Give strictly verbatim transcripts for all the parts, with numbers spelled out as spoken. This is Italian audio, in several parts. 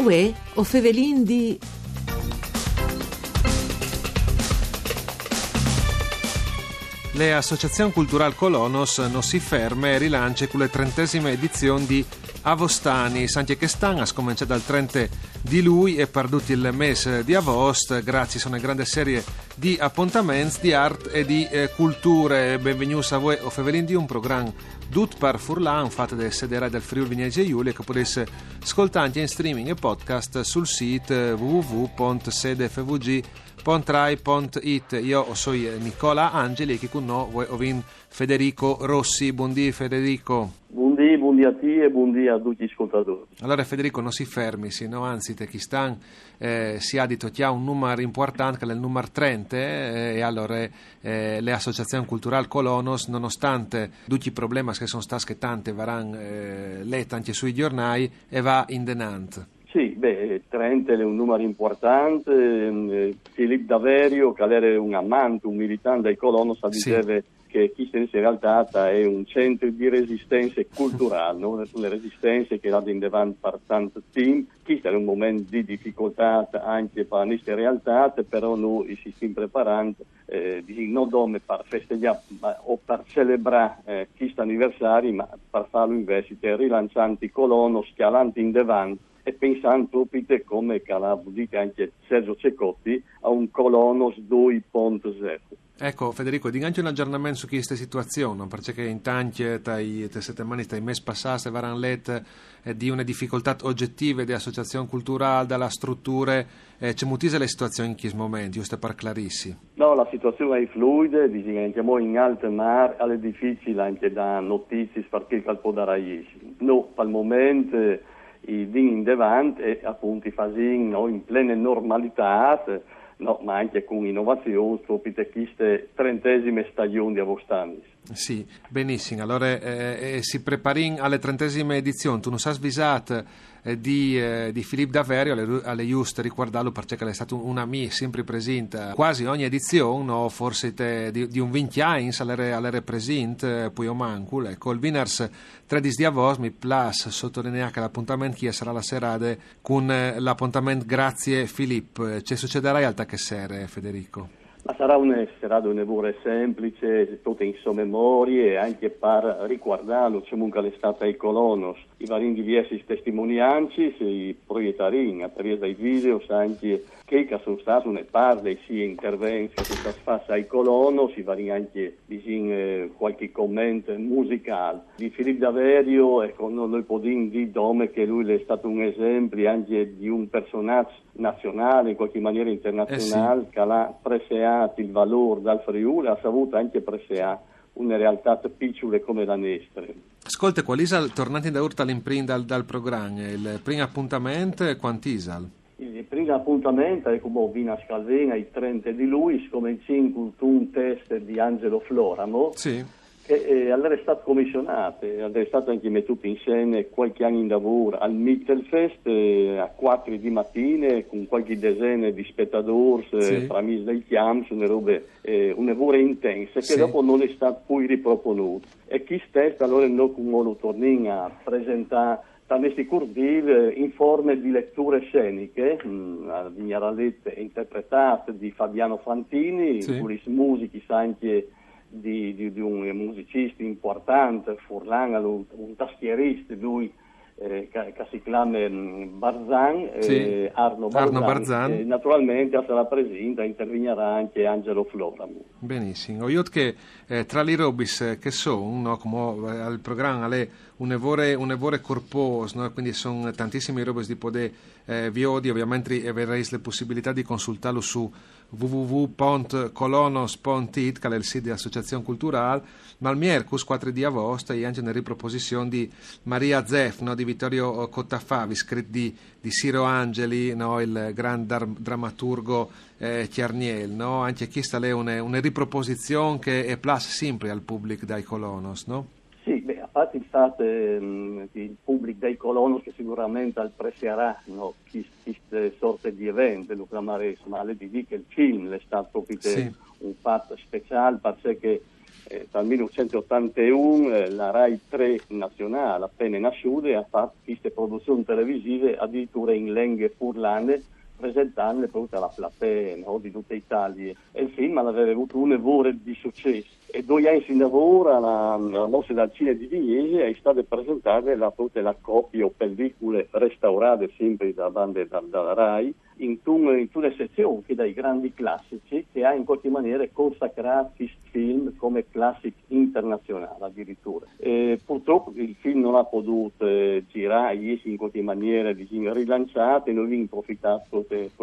Uè, o Fevelin di... Le Associazioni Cultural Colonos non si ferma e rilancia con le trentesime edizioni di Avostani. Sanche che stan ha scominciato dal trenta di lui e perduti il mese di agosto grazie a una grande serie di appuntamenti di arte e di eh, culture. Benvenuti a voi o Fevelin di un programma Dut par Furlan fatto da sederai del Friuli Venezia Giulia che potesse ascoltare in streaming e podcast sul sito w w w punto sedefvg punto rai punto it. Io sono Nicola Angeli e qui con noi ovin Federico Rossi. Buondì Federico. Buondì, buondì a te e buondì a tutti gli ascoltatori. Allora Federico non si fermi, no? Anzi te chi stan eh, si ha detto che ha un numero importante che è il numero trenta eh, e allora eh, le associazioni culturali Colonos nonostante tutti i problemi che sono stati tante varan eh, lette anche sui giornali e va in denant. Sì, beh, trenta è un numero importante, eh, Filippo Daverio, che era un amante, un militante dei Colonos, diceva sì. che Chistenese in realtà è un centro di resistenza culturale, no? Le resistenze che hanno in davanti per tanto tempo, questo è un momento di difficoltà anche per queste realtà, però noi ci stiamo preparando, eh, non solo per festeggiare ma, o per celebrare eh, questo anniversario, ma per farlo invece rilanciando i Colonos, schialando in davanti, e pensando proprio come ha detto anche Sergio Cecotti a un Colonos due punto zero. Ecco Federico, di anche un aggiornamento su questa situazione, perché in tanti dai settimane, dai mesi passati, varan let eh, di una difficoltà oggettive di associazione culturale, dalla struttura, eh, c'è mutisa la situazione in questo momento, giusto per clarissi? No, la situazione è fluida, diciamo in alto mare, è difficile anche da notizie, perché il può dare no, al momento i dini in davanti e appunto i fasin no, in plena normalità, no, ma anche con innovazioni, proprio di queste trentesime stagioni di Avostani. Sì, benissimo. Allora eh, eh, si prepari alle trentesime edizioni. Tu non sai svisat eh, di, eh, di Filippo Daverio alle, alle Just riguardarlo perché è stato un amico sempre presente quasi ogni edizione, no? Forse te, di, di un venti anni alle, alle presente, poi o manco. Ecco, il Winners tredici di agosto mi plus sottolinea che l'appuntamento che sarà la serata con eh, l'appuntamento Grazie Filippo. Ci succederà in alta che sere, Federico? Ma sarà una serata un'evore semplice, tutte in sommemorie, anche per riguardarlo, c'è comunque l'estate ai Colonos, i vari diversi testimonianze, si proiettarono attraverso dei video, anche che sono stati una parte sia interventi che sono stati fatti ai Colonos, si vari anche eh, qualche commento musicale. Di Filippo Daverio, ecco, noi possiamo dire che lui è stato un esempio anche di un personaggio nazionale, in qualche maniera internazionale, eh sì. che ha preseato il valore dal Friuli, ha saputo anche preseare una realtà piccole come la nostra. Ascolta, qual è tornati da urta all'imprint dal, dal programma? Il primo appuntamento è quantisal? Il primo appuntamento è come Vina Scalvena, il trenta di lui, come in un test di Angelo Floramo. Sì. Che eh, allora è stato commissionato, allora è stato anche messo in scena qualche anno in lavoro al Mittelfest eh, a quattro di mattina con qualche decine di spettatori eh, sì. tra amici del chiam, sono robe, eh, un lavoro intenso sì. che dopo non è stato poi riproponuto. E chi stesso allora noi come lo torniamo a presentare tra questi curdil in forme di letture sceniche, la Vignaralette interpretata di Fabiano Fantini, sì. con le musiche anche Di, di, di un musicista importante, Furlan, un, un tastierista, lui eh, che, che si chiama Barzan, sì. eh, Arno Barzan, Arno Barzan. Eh, naturalmente sarà presente, interverrà anche Angelo Floramo. Benissimo, io che eh, tra le robis che sono, no, come eh, al programma le un evore, un evore corposo, no? Quindi sono tantissimi robis di poter eh, vi odio, ovviamente avrei le possibilità di consultarlo su w w w punto colonos punto it, che è il sito dell'associazione culturale, ma il mercus quattro di agosto e anche una riproposizione di Maria Zeff, no? Di Vittorio Cottafavi, scritto di, di Siro Angeli, no? Il gran dar, drammaturgo eh, Chiarniel, no? Anche questa è una, una riproposizione che è plus sempre al pubblico dai Colonos, no? Sì, beh, a parte il fatto ehm, il pubblico dei Colonos che sicuramente apprezzerà no, queste sorte di eventi, lo chiamerei, ma le di che il film è stato proprio sì. un fatto speciale perché Eh, dal millenovecentottantuno eh, la Rai tre nazionale, appena nasciuta, ha fatto queste produzioni televisive addirittura in lingue furlane, presentando proprio alla platea, no, di tutta Italia. E il film aveva avuto un evore di successo. E due anni in lavoro alla, alla Mostra dal Cinema di Vignese è stata presentata la, la coppia o pellicole restaurate sempre da bande da, dalla Rai in, tun, in tutte le sezioni che dai grandi classici che ha in qualche maniera consacrato questo film come classico internazionale addirittura. E purtroppo il film non ha potuto eh, girare in qualche maniera rilanciato e noi abbiamo approfittato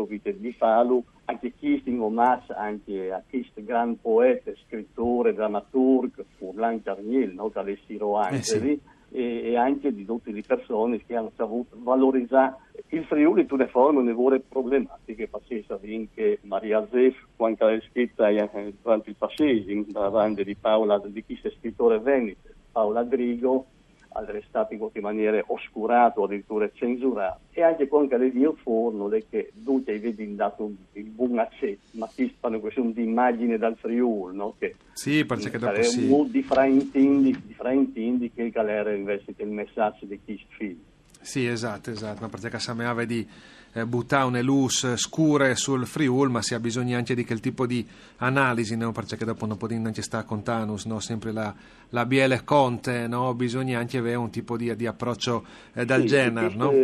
di farlo anche chi in omaggio anche a questo gran poeta, scrittore, drammaturgo Furlan Carniel, no? Dalle Siro Angeli, eh sì. e, e anche di tutte le persone che hanno saputo valorizzare il Friuli in tutte le forme un'evore problematiche, facesse anche Maria Zef, quando l'ha scritta eh, durante il passeggio, dalla banda di Paola, di chi è scrittore veneto, Paola Drigo, al restato in qualche maniera oscurato, addirittura censurato, e anche quando le dio forno, le che tutti hai vedi dato il buon accetto, ma qui fanno questione di immagine dal Friuli, no? Che sì, perché dopo è sì. un di fraintindi, di fraintindi che il galera invece che il messaggio di chi film. Sì, esatto, esatto, ma perché Samea vedi eh, buttare une luce scure sul Friul, ma si ha bisogno anche di quel tipo di analisi, no? Perché dopo non possiamo anche stare con Tanus, no? Sempre la, la biele conte, no? Bisogna anche avere un tipo di, di approccio eh, dal sì, genere, no?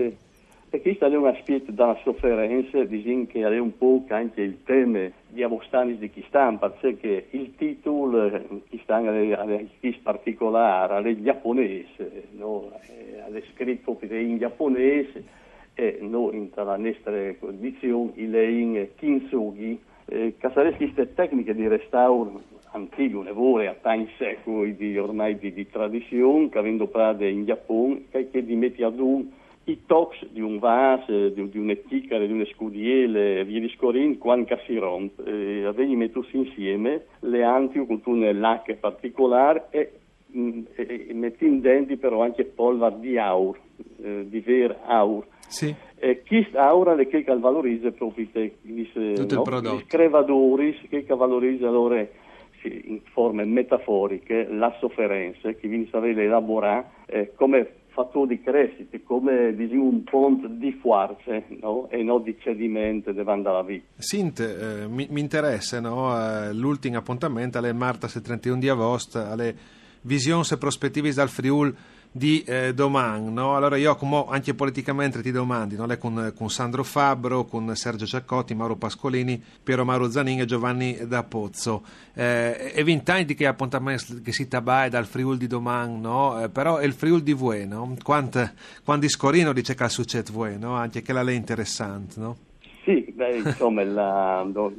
E questo è un aspetto della sofferenza, diciamo che è un po' anche il tema di Avostanis di Kistan, perché il titolo Kistan è particolare, è giapponese, no? È scritto in giapponese e noi in la nostra edizione il è in kintsugi, eh, che sarebbero queste tecniche di restauro antico, nevore a tanti secoli di, ormai di, di tradizione, che avendo prade in Giappone, che, che di metti ad un i tox di un vaso, di, di una chiccara, di una scudiele, via discorrendo, quando si rompe. Eh, avevi messo insieme le antio con una lacca particolare e, mh, e, e metti in denti però anche polvere di aur, eh, di ver aur. Sì. E questa aura le che valorizza proprio gli, no, gli screvadori, che valorizza allora sì, in forme metaforiche la sofferenza che viene a elaborare eh, come fattore di crescita, come diciamo, un ponte di forze, no? E non di cedimento davanti alla vita. Sint, eh, mi, mi interessa, no? Eh, l'ultimo appuntamento alle Marta il trentuno di agosto, alle visioni e prospettive dal Friul di eh, domani, no? Allora io come anche politicamente ti domandi, no? Lei con, con Sandro Fabbro, con Sergio Ciaccotti, Mauro Pascolini, Piero Mauro Zanin e Giovanni da Pozzo. Eh, e vent'anni di che appuntamento che si tabai dal Friul di domani, no? Eh, però è il Friul di voi, no? Quanto, quando Scorino dice che succede voi, no? Anche che la lei è interessante, no? Sì, beh, insomma, la, no,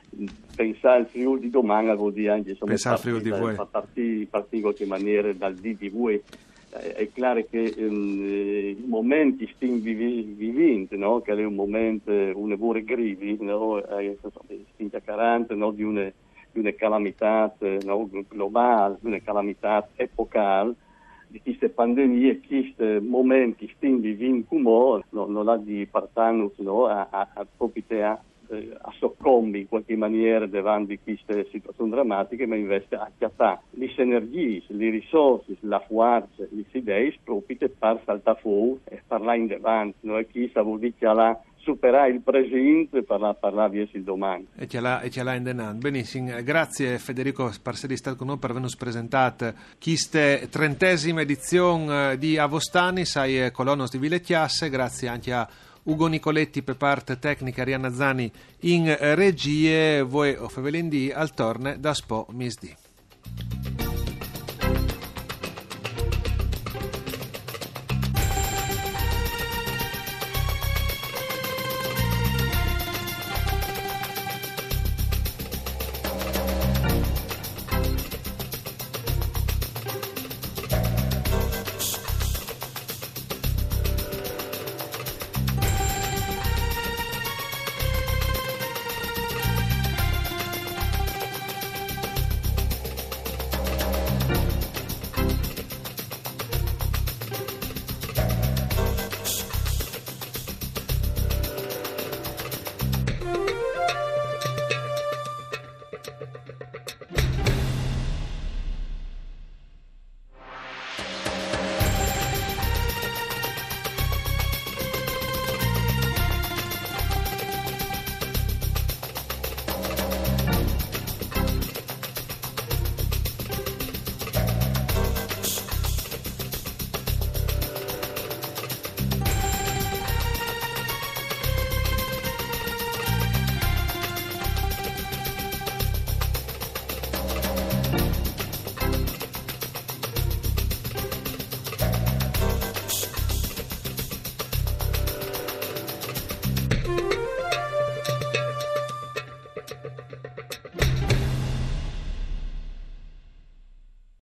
pensare al Friul di domani vuol dire anche insomma, pensare al Friul di voi. Partire in qualche maniera dal D di voi. È chiaro che um, i momenti stiamo vivendo, no? Che è un momento, un evore grivi, no? Stiamo chiacchierando, no? Di una, di una calamità, no? Globale, di una calamità epocale, di queste pandemie, questi momenti stiamo vivendo come no? Non ha di partarnos, no? a, a, a proprio a a soccombi in qualche maniera davanti a queste situazioni drammatiche, ma invece a chiattare le sinergie, le risorse, la forza, le idee proprio per saltare fuori e parlare in davanti. Noi chi sa vuol dire che la superare il presente e parlare, parlare verso il domani. E ce l'ha, e ce l'ha in denaro. Benissimo, grazie Federico per essere stato con noi, per averci presentato questa trentesima edizione di Avostani, sai Colonos di Vilecchiasse, grazie anche a Ugo Nicoletti per parte tecnica, Arianna Zani in regie, voi o Fevelindì al torne da Spo Misdì.